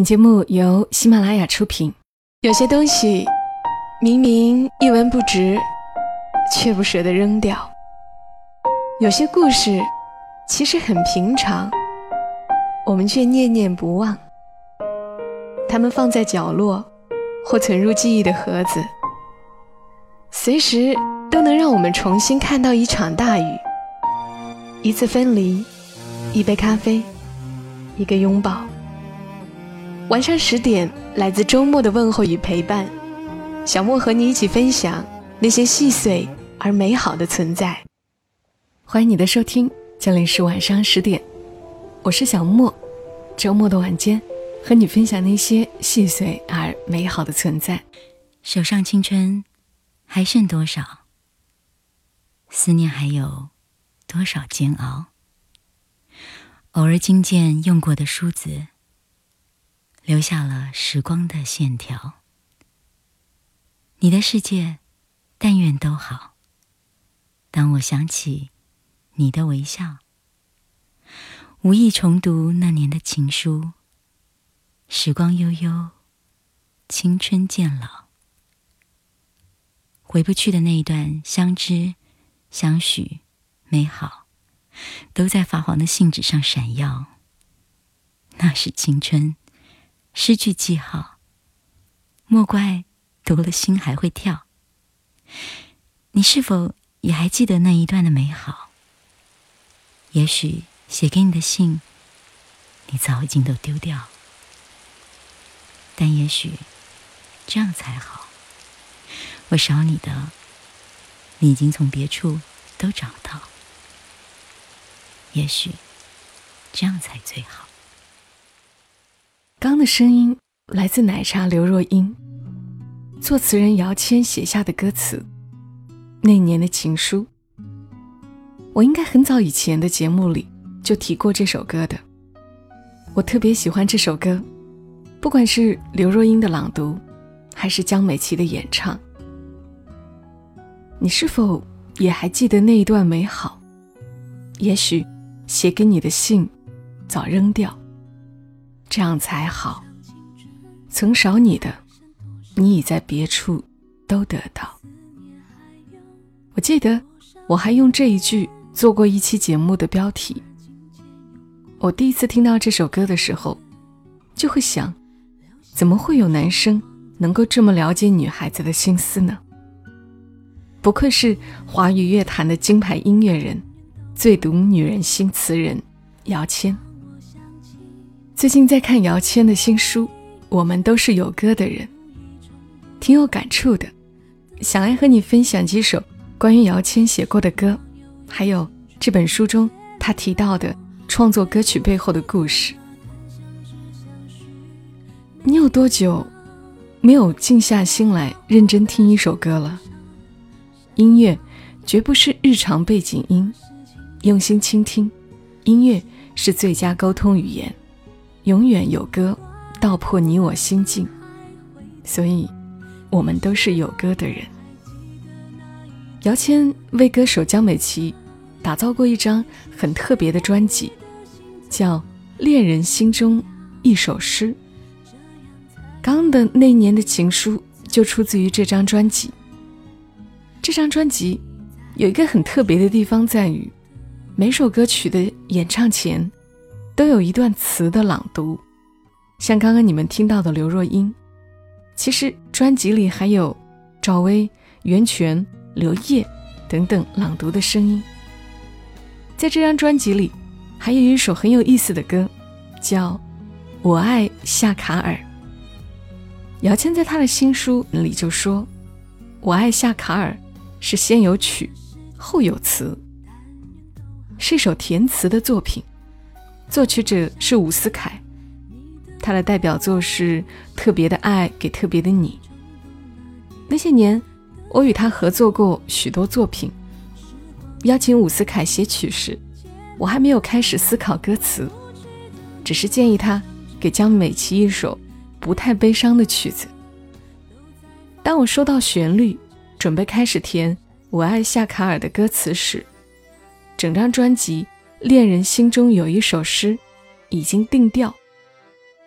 节目由喜马拉雅出品。有些东西明明一文不值，却不舍得扔掉；有些故事其实很平常，我们却念念不忘。它们放在角落，或存入记忆的盒子，随时都能让我们重新看到一场大雨，一次分离，一杯咖啡，一个拥抱。晚上10点，来自周末的问候与陪伴，小莫和你一起分享那些细碎而美好的存在。欢迎你的收听，这里是晚上10点，我是小莫。周末的晚间，和你分享那些细碎而美好的存在。 手上青春还剩多少？思念还有多少煎熬？偶尔惊见用过的梳子，留下了时光的线条。你的世界但愿都好，当我想起你的微笑，无意重读那年的情书，时光悠悠，青春渐老，回不去的那一段相知相许美好，都在发黄的信纸上闪耀。那是青春，失去记号，莫怪读了心还会跳。你是否也还记得那一段的美好？也许写给你的信你早已经都丢掉，但也许这样才好，我少你的你已经从别处都找到，也许这样才最好。 刚的声音来自奶茶刘若英，作词人姚谦写下的歌词，那年的情书。我应该很早以前的节目里就提过这首歌的。我特别喜欢这首歌，不管是刘若英的朗读，还是江美琪的演唱。你是否也还记得那一段美好？也许写给你的信早扔掉，这样才好。曾少你的，你已在别处都得到。我记得我还用这一句做过一期节目的标题。我第一次听到这首歌的时候，就会想，怎么会有男生能够这么了解女孩子的心思呢？不愧是华语乐坛的金牌音乐人，最懂女人心词人姚谦。最近在看姚谦的新书《我们都是有歌的人》，挺有感触的，想来和你分享几首关于姚谦写过的歌，还有这本书中他提到的创作歌曲背后的故事。你有多久没有静下心来认真听一首歌了？音乐绝不是日常背景音，用心倾听，音乐是最佳沟通语言，永远有歌道破你我心境。所以我们都是有歌的人。姚谦为歌手江美琪打造过一张很特别的专辑，叫《恋人心中一首诗》。刚的那年的情书就出自于这张专辑。这张专辑有一个很特别的地方在于，每首歌曲的演唱前都有一段词的朗读，像刚刚你们听到的刘若英，其实专辑里还有赵薇、袁泉、刘烨等等朗读的声音。在这张专辑里还有一首很有意思的歌，叫《我爱夏卡尔》。姚谦在他的新书里就说，我爱夏卡尔是先有曲后有词，是一首填词的作品，作曲者是伍思凯，他的代表作是特别的爱给特别的你。那些年我与他合作过许多作品，邀请伍思凯写曲时，我还没有开始思考歌词，只是建议他给江美琪一首不太悲伤的曲子。当我收到旋律，准备开始填我爱夏卡尔的歌词时，整张专辑《恋人心中有一首诗》已经定调，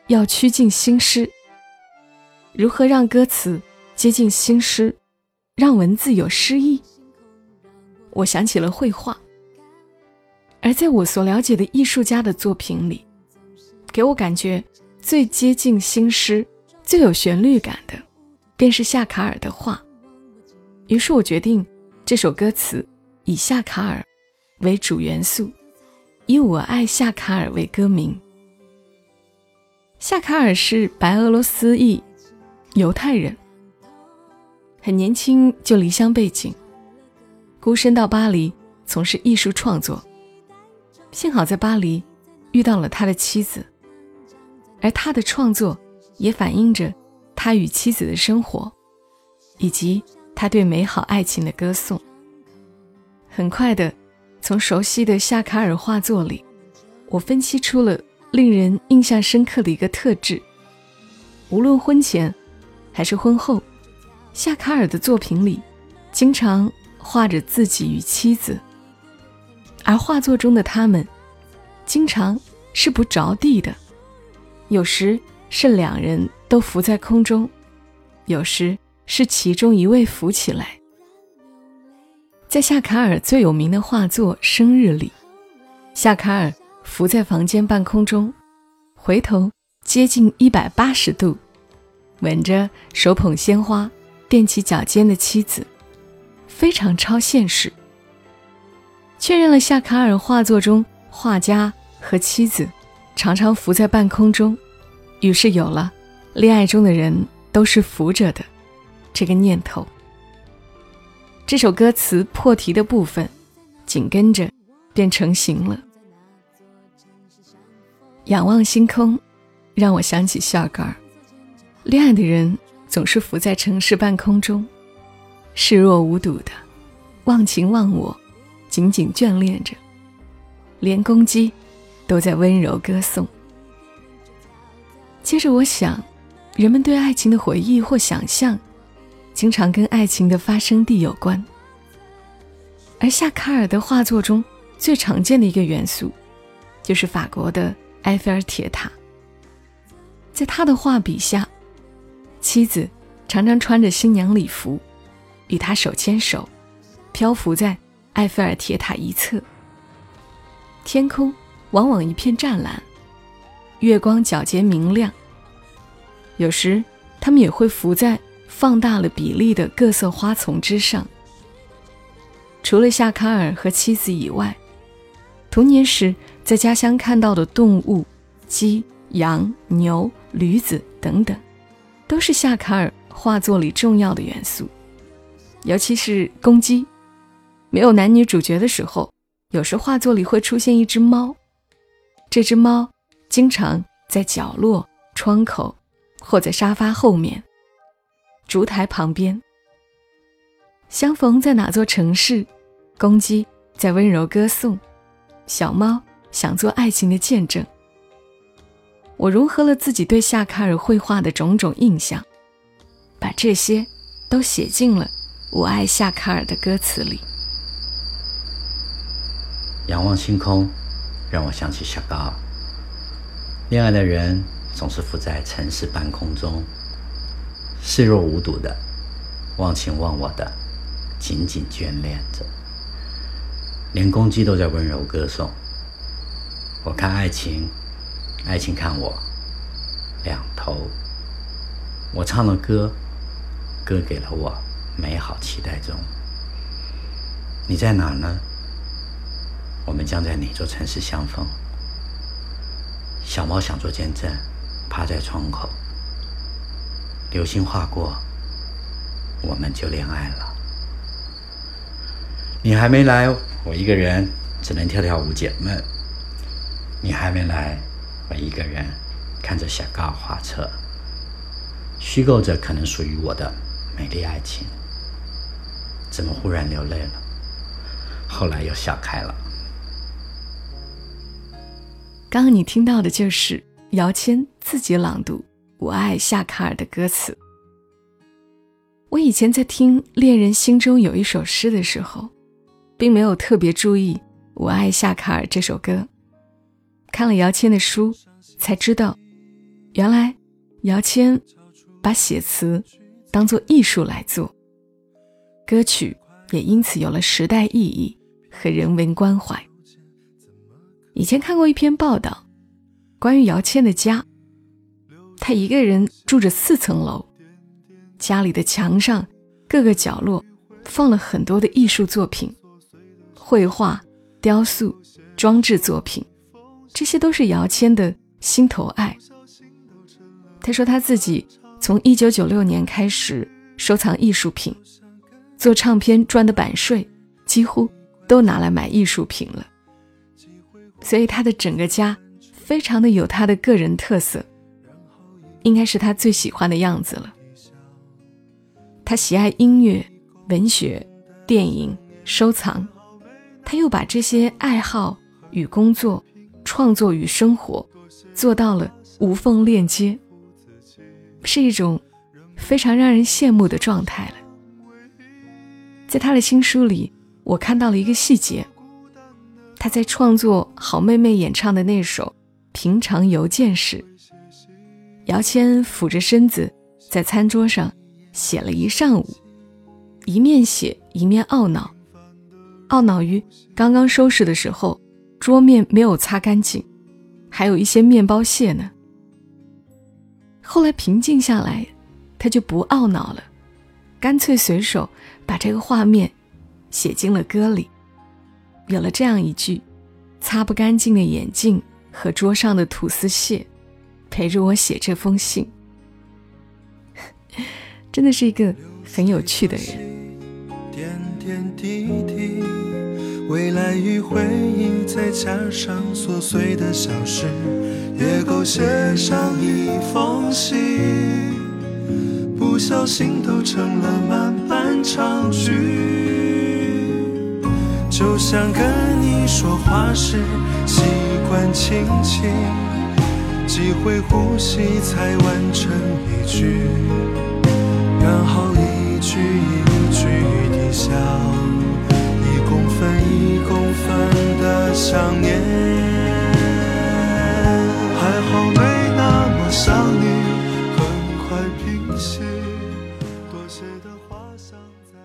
要趋近新诗，如何让歌词接近新诗，让文字有诗意？我想起了绘画，而在我所了解的艺术家的作品里，给我感觉最接近新诗、最有旋律感的，便是夏卡尔的画。于是我决定这首歌词以夏卡尔为主元素，以我爱夏卡尔为歌名。夏卡尔是白俄罗斯裔犹太人，很年轻就离乡背井，孤身到巴黎从事艺术创作。幸好在巴黎遇到了他的妻子，而他的创作也反映着他与妻子的生活，以及他对美好爱情的歌颂。很快的，从熟悉的夏卡尔画作里，我分析出了令人印象深刻的一个特质。无论婚前还是婚后，夏卡尔的作品里经常画着自己与妻子，而画作中的他们经常是不着地的，有时是两人都浮在空中，有时是其中一位浮起来。在夏卡尔最有名的画作《生日》里，夏卡尔浮在房间半空中，回头接近180度，吻着手捧鲜花踮起脚尖的妻子，非常超现实。确认了夏卡尔画作中画家和妻子常常浮在半空中，于是有了恋爱中的人都是浮着的这个念头。这首歌词破题的部分紧跟着便成型了。仰望星空，让我想起夏卡尔。恋爱的人总是浮在城市半空中，视若无睹的忘情忘我，紧紧眷恋着，连公鸡都在温柔歌颂。接着我想，人们对爱情的回忆或想象经常跟爱情的发生地有关，而夏卡尔的画作中最常见的一个元素就是法国的埃菲尔铁塔。在他的画笔下，妻子常常穿着新娘礼服，与他手牵手，漂浮在埃菲尔铁塔一侧。天空往往一片湛蓝，月光皎洁明亮。有时他们也会浮在放大了比例的各色花丛之上。除了夏卡尔和妻子以外，童年时在家乡看到的动物，鸡、羊、牛、驴子等等，都是夏卡尔画作里重要的元素。尤其是公鸡，没有男女主角的时候，有时画作里会出现一只猫，这只猫经常在角落、窗口或在沙发后面、烛台旁边。相逢在哪座城市，公鸡在温柔歌颂，小猫想做爱情的见证。我融合了自己对夏卡尔绘画的种种印象，把这些都写进了我爱夏卡尔的歌词里。 仰望星空，让我想起夏卡尔。恋爱的人总是浮在城市半空中，视若无睹的，忘情忘我的，紧紧眷恋着，连公鸡都在温柔歌颂。我看爱情，爱情看我，两头。我唱了歌，歌给了我美好期待中。你在哪呢？我们将在哪座城市相逢？小猫想做见证，趴在窗口。流星划过，我们就恋爱了。你还没来，我一个人只能跳跳舞解闷。你还没来，我一个人看着夏卡尔画册，虚构着可能属于我的美丽爱情。怎么忽然流泪了？后来又笑开了。 刚刚你听到的就是姚谦自己朗读《我爱夏卡尔》的歌词。我以前在听《恋人心中有一首诗》的时候，并没有特别注意《我爱夏卡尔》这首歌。看了姚谦的书，才知道原来姚谦把写词当作艺术来做，歌曲也因此有了时代意义和人文关怀。以前看过一篇报道，关于姚谦的家，他一个人住着4层楼，家里的墙上各个角落放了很多的艺术作品，绘画、雕塑、装置作品，这些都是姚谦的心头爱。他说他自己从1996年开始收藏艺术品，做唱片赚的版税几乎都拿来买艺术品了，所以他的整个家非常的有他的个人特色，应该是他最喜欢的样子了。他喜爱音乐、文学、电影、收藏，他又把这些爱好与工作、创作与生活做到了无缝链接，是一种非常让人羡慕的状态了。在他的新书里，我看到了一个细节，他在创作好妹妹演唱的那首《平常邮件》时，姚谦俯着身子在餐桌上写了一上午，一面写一面懊恼，懊恼于刚刚收拾的时候桌面没有擦干净，还有一些面包屑呢。后来平静下来，他就不懊恼了，干脆随手把这个画面写进了歌里，有了这样一句：擦不干净的眼镜和桌上的吐司屑陪着我写这封信。真的是一个很有趣的人。 点点滴滴，未来与回忆，再加上琐碎的小事，也够写上一封信，不小心都成了满版长句。就像跟你说话时习惯轻轻，几回呼吸才完成一句，然后一句一句地笑，1公分1公分的想念。还好没那么想你，很快平息，多写的话像在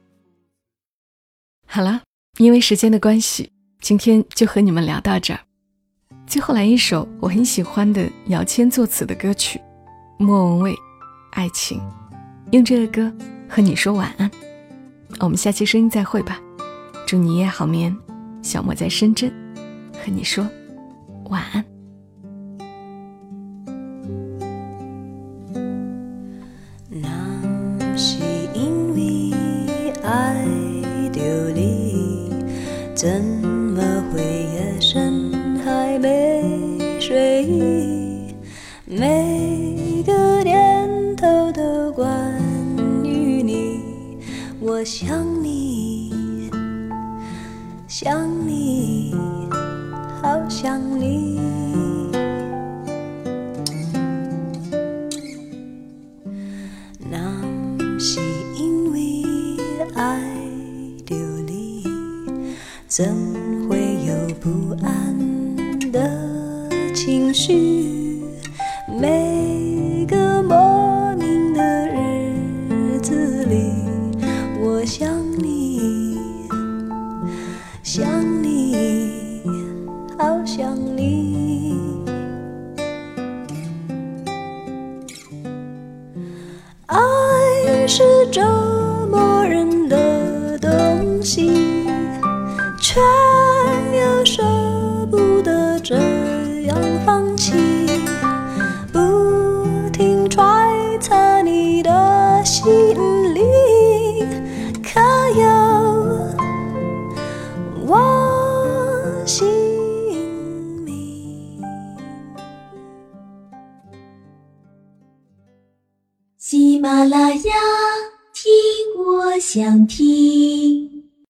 好了，因为时间的关系，今天就和你们聊到这儿。最后来一首我很喜欢的姚谦作词的歌曲，莫文蔚《爱情》，用这个歌和你说晚安。我们下期声音再会吧，祝你夜好眠。小莫在深圳和你说晚安。 那是因为爱着你，怎么会夜深还没睡意，每个念头都关于你，我想你，想你，好想你。那是因为爱着你，怎会有不安的情绪，每个莫名的日子里，我想你，想你，好想你。爱是折磨人的东西，却又舍不得这样放弃，不停揣测你的心里，可有我姓名。 喜马拉雅，听我想听。